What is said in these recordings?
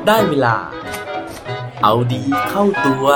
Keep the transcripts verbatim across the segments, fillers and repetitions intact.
ได้เวลาเอาดีเข้าตัว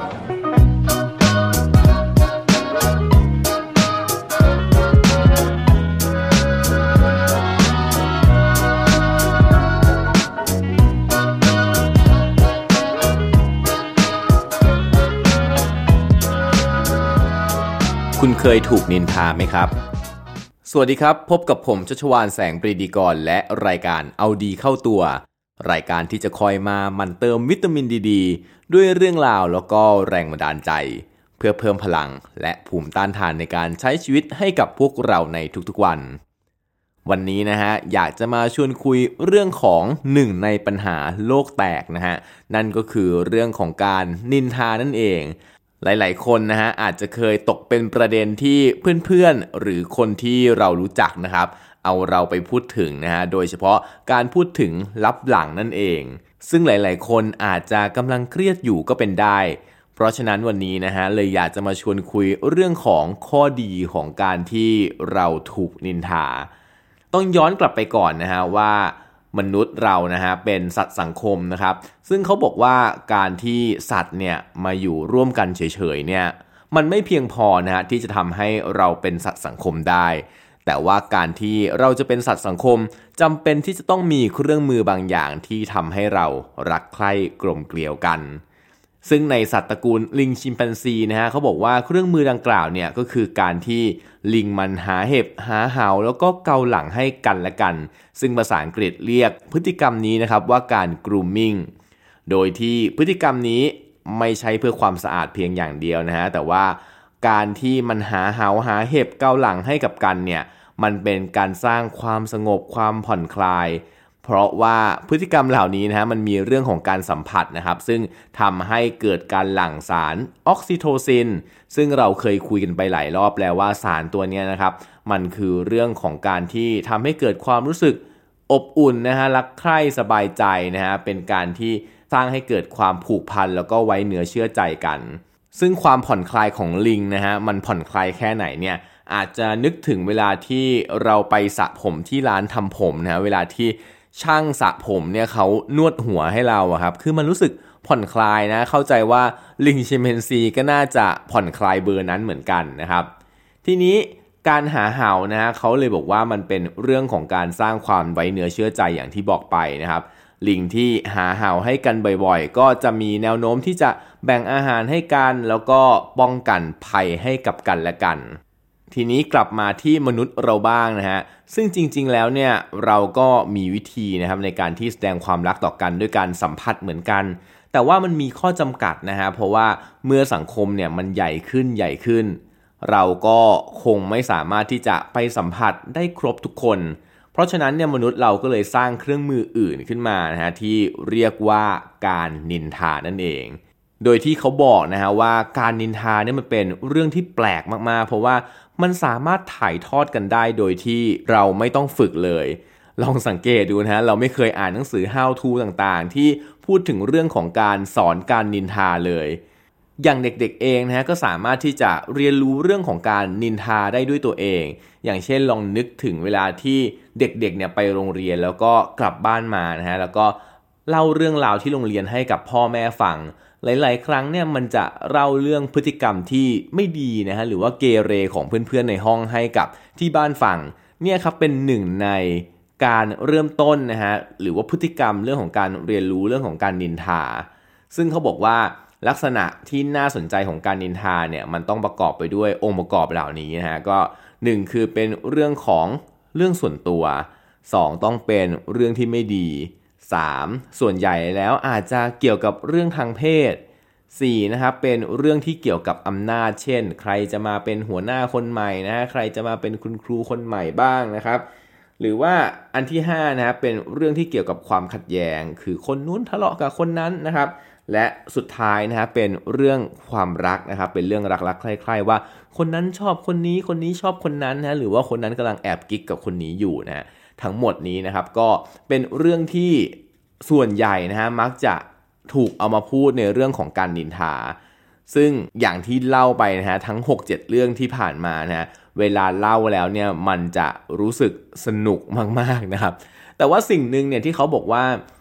คุณเคยถูกนินทาไหมครับสวัสดีครับพบกับผมชัชวาลแสงปรีดีกรและรายการเอาดีเข้าตัวรายการที่จะคอยมาหมั่นเติมวิตามินดีดด้วยเรื่องราวแล้วก็แรงบันดาลใจเพื่อเพิ่มพลังและภูมิต้านทานในการใช้ชีวิตให้กับพวกเราในทุกๆวันวันนี้นะฮะอยากจะมาชวนคุยเรื่องของหนึ่งในปัญหาโลกแตกนะฮะนั่นก็คือเรื่องของการนินทานั่นเองหลายๆคนนะฮะอาจจะเคยตกเป็นประเด็นที่เพื่อนๆหรือคนที่เรารู้จักนะครับเอาเราไปพูดถึงนะฮะโดยเฉพาะการพูดถึงลับหลังนั่นเองซึ่งหลายๆคนอาจจะกำลังเครียดอยู่ก็เป็นได้เพราะฉะนั้นวันนี้นะฮะเลยอยากจะมาชวนคุยเรื่องของข้อดีของการที่เราถูกนินทาต้องย้อนกลับไปก่อนนะฮะว่ามนุษย์เรานะฮะเป็นสัตว์สังคมนะครับซึ่งเขาบอกว่าการที่สัตว์เนี่ยมาอยู่ร่วมกันเฉยๆเนี่ยมันไม่เพียงพอนะฮะที่จะทำให้เราเป็นสัตว์สังคมได้แต่ว่าการที่เราจะเป็นสัตว์สังคมจำเป็นที่จะต้องมีเครื่องมือบางอย่างที่ทำให้เรารักใคร่กลมเกลียวกันซึ่งในสัตว์ตระกูลลิงชิมแปนซีนะฮะเขาบอกว่าเครื่องมือดังกล่าวเนี่ยก็คือการที่ลิงมันหาเห็บหาเหาแล้วก็เกาหลังให้กันและกันซึ่งภาษาอังกฤษเรียกพฤติกรรมนี้นะครับว่าการ grooming โดยที่พฤติกรรมนี้ไม่ใช่เพื่อความสะอาดเพียงอย่างเดียวนะฮะแต่ว่าการที่มันหาเหาหาเห็บเกาหลังให้กับกันเนี่ยมันเป็นการสร้างความสงบความผ่อนคลายเพราะว่าพฤติกรรมเหล่านี้นะฮะมันมีเรื่องของการสัมผัสนะครับซึ่งทำให้เกิดการหลั่งสารออกซิโทซินซึ่งเราเคยคุยกันไปหลายรอบแล้วว่าสารตัวนี้นะครับมันคือเรื่องของการที่ทำให้เกิดความรู้สึกอบอุ่นนะฮะรักใคร่สบายใจนะฮะเป็นการที่สร้างให้เกิดความผูกพันแล้วก็ไว้เนื้อเชื่อใจกันซึ่งความผ่อนคลายของลิงนะฮะมันผ่อนคลายแค่ไหนเนี่ยอาจจะนึกถึงเวลาที่เราไปสระผมที่ร้านทำผมนะฮะเวลาที่ช่างสระผมเนี่ยเขานวดหัวให้เราอะครับคือมันรู้สึกผ่อนคลายนะเข้าใจว่าลิงชิมแปนซีก็น่าจะผ่อนคลายเบอร์นั้นเหมือนกันนะครับทีนี้การหาเห่านะฮะเขาเลยบอกว่ามันเป็นเรื่องของการสร้างความไว้เนื้อเชื่อใจอย่างที่บอกไปนะครับลิงที่หาเห่าให้กันบ่อยๆก็จะมีแนวโน้มที่จะแบ่งอาหารให้กันแล้วก็ป้องกันภัยให้กับกันและกันทีนี้กลับมาที่มนุษย์เราบ้างนะฮะซึ่งจริงๆแล้วเนี่ยเราก็มีวิธีนะครับในการที่แสดงความรักต่อกันด้วยการสัมผัสเหมือนกันแต่ว่ามันมีข้อจำกัดนะฮะเพราะว่าเมื่อสังคมเนี่ยมันใหญ่ขึ้นใหญ่ขึ้นเราก็คงไม่สามารถที่จะไปสัมผัสได้ครบทุกคนเพราะฉะนั้นเนี่ยมนุษย์เราก็เลยสร้างเครื่องมืออื่นขึ้นมานะฮะที่เรียกว่าการนินทานั่นเองโดยที่เขาบอกนะฮะว่าการนินทาเนี่ยมันเป็นเรื่องที่แปลกมากๆเพราะว่ามันสามารถถ่ายทอดกันได้โดยที่เราไม่ต้องฝึกเลยลองสังเกตดูนะฮะเราไม่เคยอ่านหนังสือ how to ต่างๆที่พูดถึงเรื่องของการสอนการนินทาเลยอย่างเด็กๆเองนะฮะก็สามารถที่จะเรียนรู้เรื่องของการนินทาได้ด้วยตัวเองอย่างเช่นลองนึกถึงเวลาที่เด็กๆเนี่ยไปโรงเรียนแล้วก็กลับบ้านมานะฮะแล้วก็เล่าเรื่องราวที่โรงเรียนให้กับพ่อแม่ฟังหลายๆครั้งเนี่ยมันจะเล่าเรื่องพฤติกรรมที่ไม่ดีนะฮะหรือว่าเกเรของเพื่อนๆในห้องให้กับที่บ้านฟังเนี่ยครับเป็นหนึ่งในการเริ่มต้นนะฮะหรือว่าพฤติกรรมเรื่องของการเรียนรู้เรื่องของการนินทาซึ่งเขาบอกว่าลักษณะที่น่าสนใจของการนินทาเนี่ยมันต้องประกอบไปด้วยองค์ประกอบเหล่านี้นะฮะก็หนึ่งคือเป็นเรื่องของเรื่องส่วนตัวสองต้องเป็นเรื่องที่ไม่ดีสามส่วนใหญ่แล้วอาจจะเกี่ยวกับเรื่องทางเพศสี่นะครับเป็นเรื่องที่เกี่ยวกับอำนาจเช่นใครจะมาเป็นหัวหน้าคนใหม่นะใครจะมาเป็นคุณครูคนใหม่บ้างนะครับหรือว่าอันที่ห้านะครับเป็นเรื่องที่เกี่ยวกับความขัดแย้งคือคนนู้นทะเลาะกับคนนั้นนะครับและสุดท้ายนะครับเป็นเรื่องความรักนะครับเป็นเรื่องรักๆใคร่ๆว่าคนนั้นชอบคนนี้คนนี้ชอบคนนั้นนะหรือว่าคนนั้นกำลังแอบกิ๊กกับคนนี้อยู่นะทั้งหมดนี้นะครับก็เป็นเรื่องที่ส่วนใหญ่นะฮะมักจะถูกเอามาพูดในเรื่องของการนินทาซึ่งอย่างที่เล่าไปนะฮะทั้ง หกเจ็ด เรื่องที่ผ่านมานะฮะเวลาเล่าแล้วเนี่ยมันจะรู้สึกสนุกมากๆนะครับแต่ว่าสิ่งนึงเนี่ยที่เขาบอกว่า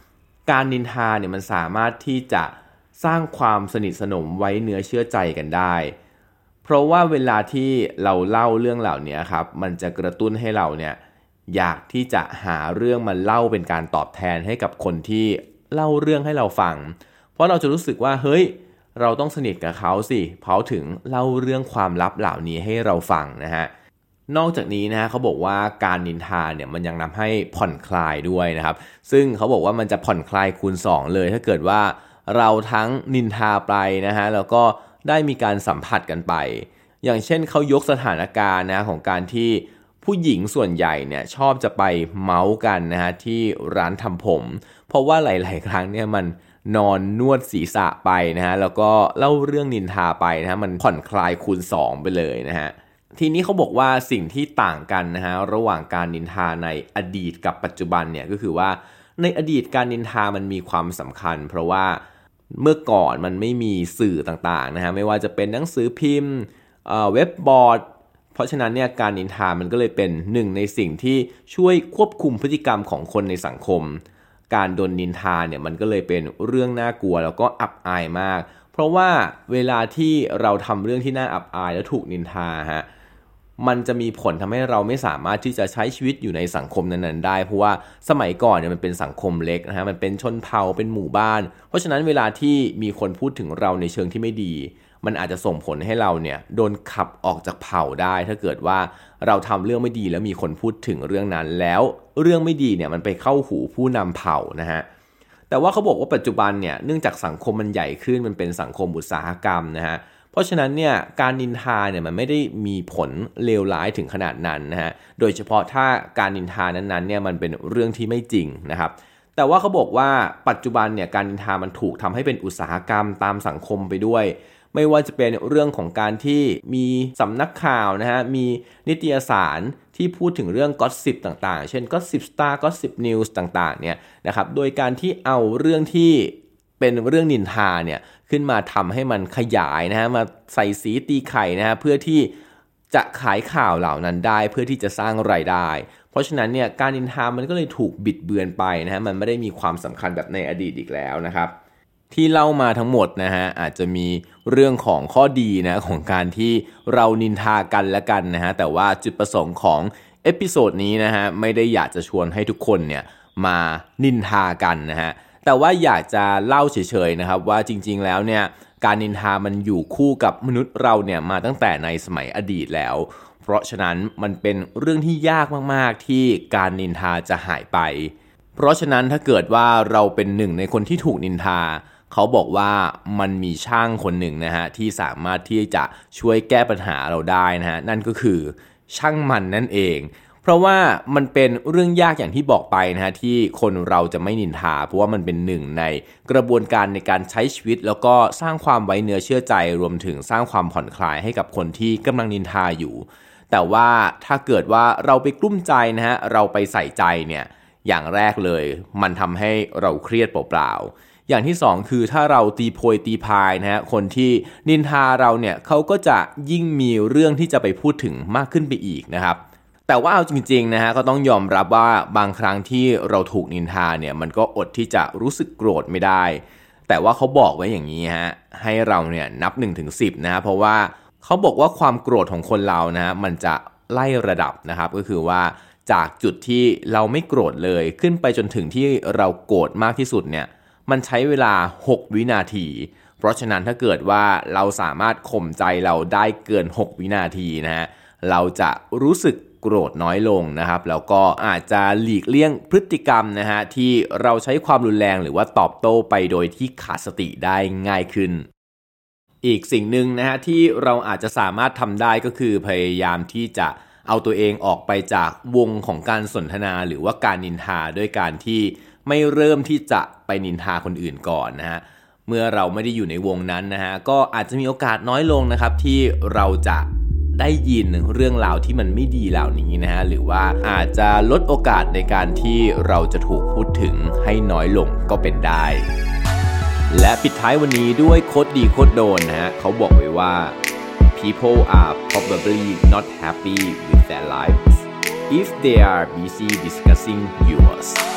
การนินทาเนี่ยมันสามารถที่จะสร้างความสนิทสนมไว้เนื้อเชื่อใจกันได้เพราะว่าเวลาที่เราเล่าเรื่องเหล่านี้ครับมันจะกระตุ้นให้เราเนี่ยอยากที่จะหาเรื่องมาเล่าเป็นการตอบแทนให้กับคนที่เล่าเรื่องให้เราฟังเพราะเราจะรู้สึกว่าเฮ้ยเราต้องสนิทกับเขาสิเขาถึงเล่าเรื่องความลับเหล่านี้ให้เราฟังนะฮะนอกจากนี้นะฮะเขาบอกว่าการนินทาเนี่ยมันยังทำให้ผ่อนคลายด้วยนะครับซึ่งเขาบอกว่ามันจะผ่อนคลายคูณสองเลยถ้าเกิดว่าเราทั้งนินทาไปนะฮะแล้วก็ได้มีการสัมผัสกันไปอย่างเช่นเขายกสถานการณ์นะของการที่ผู้หญิงส่วนใหญ่เนี่ยชอบจะไปเมาส์กันนะฮะที่ร้านทำผมเพราะว่าหลายๆครั้งเนี่ยมันนอนนวดศีรษะไปนะฮะแล้วก็เล่าเรื่องนินทาไปนะฮะมันผ่อนคลายคูณสองไปเลยนะฮะทีนี้เขาบอกว่าสิ่งที่ต่างกันนะฮะระหว่างการนินทาในอดีตกับปัจจุบันเนี่ยก็คือว่าในอดีตการนินทามันมีความสำคัญเพราะว่าเมื่อก่อนมันไม่มีสื่อต่างๆนะฮะไม่ว่าจะเป็นหนังสือพิมพ์เอ่อเว็บบอร์ดเพราะฉะนั้นเนี่ยการนินทามันก็เลยเป็นหนึ่งในสิ่งที่ช่วยควบคุมพฤติกรรมของคนในสังคมการโดนนินทาเนี่ยมันก็เลยเป็นเรื่องน่ากลัวแล้วก็อับอายมากเพราะว่าเวลาที่เราทำเรื่องที่น่าอับอายแล้วถูกนินทาฮะมันจะมีผลทำให้เราไม่สามารถที่จะใช้ชีวิตอยู่ในสังคมนั้นๆได้เพราะว่าสมัยก่อนเนี่ยมันเป็นสังคมเล็กนะฮะมันเป็นชนเผ่าเป็นหมู่บ้านเพราะฉะนั้นเวลาที่มีคนพูดถึงเราในเชิงที่ไม่ดีมันอาจจะส่งผลให้เราเนี่ยโดนขับออกจากเผ่าได้ถ้าเกิดว่าเราทำเรื่องไม่ดีแล้วมีคนพูดถึงเรื่องนั้นแล้วเรื่องไม่ดีเนี่ยมันไปเข้าหูผู้นำเผ่านะฮะแต่ว่าเขาบอกว่าปัจจุบันเนี่ยเนื่องจากสังคมมันใหญ่ขึ้นมันเป็นสังคมอุตสาหกรรมนะฮะเพราะฉะนั้นเนี่ยการนินทาเนี่ยมันไม่ได้มีผลเลวร้ายถึงขนาดนั้นนะฮะโดยเฉพาะถ้าการนินทานั้นๆเนี่ยมันเป็นเรื่องที่ไม่จริงนะครับแต่ว่าเขาบอกว่าปัจจุบันเนี่ยการนินทามันถูกทำให้เป็นอุตสาหกรรมตามสังคมไปด้วยไม่ว่าจะเป็นเรื่องของการที่มีสำนักข่าวนะฮะมีนิตยสารที่พูดถึงเรื่องก็สซิปต่างๆเช่นก็สซิปสตาร์ก็สซิปนิวส์ต่างๆเนี่ยนะครับโดยการที่เอาเรื่องที่เป็นเรื่องนินทาเนี่ยขึ้นมาทำให้มันขยายนะฮะมาใส่สีตีไข่นะฮะเพื่อที่จะขายข่าวเหล่านั้นได้เพื่อที่จะสร้างรายได้เพราะฉะนั้นเนี่ยการนินทามันก็เลยถูกบิดเบือนไปนะฮะมันไม่ได้มีความสำคัญแบบในอดีตอีกแล้วนะครับที่เล่ามาทั้งหมดนะฮะอาจจะมีเรื่องของข้อดีนะของการที่เรานินทากันและกันนะฮะแต่ว่าจุดประสงค์ของเอพิโซดนี้นะฮะไม่ได้อยากจะชวนให้ทุกคนเนี่ยมานินทากันนะฮะแต่ว่าอยากจะเล่าเฉยๆนะครับว่าจริงๆแล้วเนี่ยการนินทามันอยู่คู่กับมนุษย์เราเนี่ยมาตั้งแต่ในสมัยอดีตแล้วเพราะฉะนั้นมันเป็นเรื่องที่ยากมากๆที่การนินทาจะหายไปเพราะฉะนั้นถ้าเกิดว่าเราเป็นหนึ่งในคนที่ถูกนินทาเขาบอกว่ามันมีช่างคนหนึ่งนะฮะที่สามารถที่จะช่วยแก้ปัญหาเราได้นะฮะนั่นก็คือช่างมันนั่นเองเพราะว่ามันเป็นเรื่องยากอย่างที่บอกไปนะฮะที่คนเราจะไม่นินทาเพราะว่ามันเป็นหนึ่งในกระบวนการในการใช้ชีวิตแล้วก็สร้างความไว้เนื้อเชื่อใจรวมถึงสร้างความผ่อนคลายให้กับคนที่กำลังนินทาอยู่แต่ว่าถ้าเกิดว่าเราไปกลุ้มใจนะฮะเราไปใส่ใจเนี่ยอย่างแรกเลยมันทำให้เราเครียดเปล่าๆอย่างที่สองคือถ้าเราตีโพยตีพายนะฮะคนที่นินทาเราเนี่ยเขาก็จะยิ่งมีเรื่องที่จะไปพูดถึงมากขึ้นไปอีกนะครับแต่ว่าเอาจริงๆนะฮะก็ต้องยอมรับว่าบางครั้งที่เราถูกนินทาเนี่ยมันก็อดที่จะรู้สึกโกรธไม่ได้แต่ว่าเขาบอกไว้อย่างนี้ฮะให้เราเนี่ยนับ หนึ่งถึงสิบ นะฮะเพราะว่าเขาบอกว่าความโกรธของคนเรานะฮะมันจะไล่ระดับนะครับก็คือว่าจากจุดที่เราไม่โกรธเลยขึ้นไปจนถึงที่เราโกรธมากที่สุดเนี่ยมันใช้เวลาหกวินาทีเพราะฉะนั้นถ้าเกิดว่าเราสามารถข่มใจเราได้เกินหกวินาทีนะฮะเราจะรู้สึกโกรธน้อยลงนะครับแล้วก็อาจจะหลีกเลี่ยงพฤติกรรมนะฮะที่เราใช้ความรุนแรงหรือว่าตอบโต้ไปโดยที่ขาดสติได้ง่ายขึ้นอีกสิ่งหนึ่งนะฮะที่เราอาจจะสามารถทำได้ก็คือพยายามที่จะเอาตัวเองออกไปจากวงของการสนทนาหรือว่าการนินทาด้วยการที่ไม่เริ่มที่จะไปนินทาคนอื่นก่อนนะฮะเมื่อเราไม่ได้อยู่ในวงนั้นนะฮะก็อาจจะมีโอกาสน้อยลงนะครับที่เราจะได้ยินเรื่องราวที่มันไม่ดีเหล่านี้นะฮะหรือว่าอาจจะลดโอกาสในการที่เราจะถูกพูดถึงให้น้อยลงก็เป็นได้และปิดท้ายวันนี้ด้วยโคตรดีโคตรโดนนะฮะเขาบอกไว้ว่า people are probably not happy with their lives if they are busy discussing yours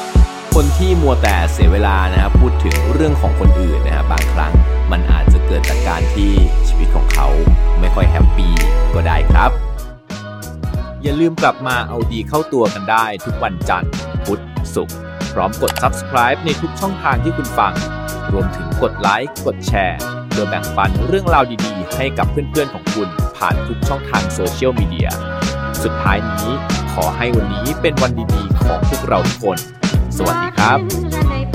คนที่มัวแต่เสียเวลานะครับพูดถึงเรื่องของคนอื่นนะครับบางครั้งมันอาจจะเกิดจากการที่ชีวิตของเขาไม่ค่อยแฮปปี้ก็ได้ครับอย่าลืมกลับมาเอาดีเข้าตัวกันได้ทุกวันจันทร์พุธศุกร์พร้อมกด ซับสไครบ์ ในทุกช่องทางที่คุณฟังรวมถึงกดไลค์กดแชร์เพื่อแบ่งปันเรื่องราวดีๆให้กับเพื่อนๆของคุณผ่านทุกช่องทางโซเชียลมีเดียสุดท้ายนี้ขอให้วันนี้เป็นวันดีๆของพวกเราทุกคนสวัสดีครับ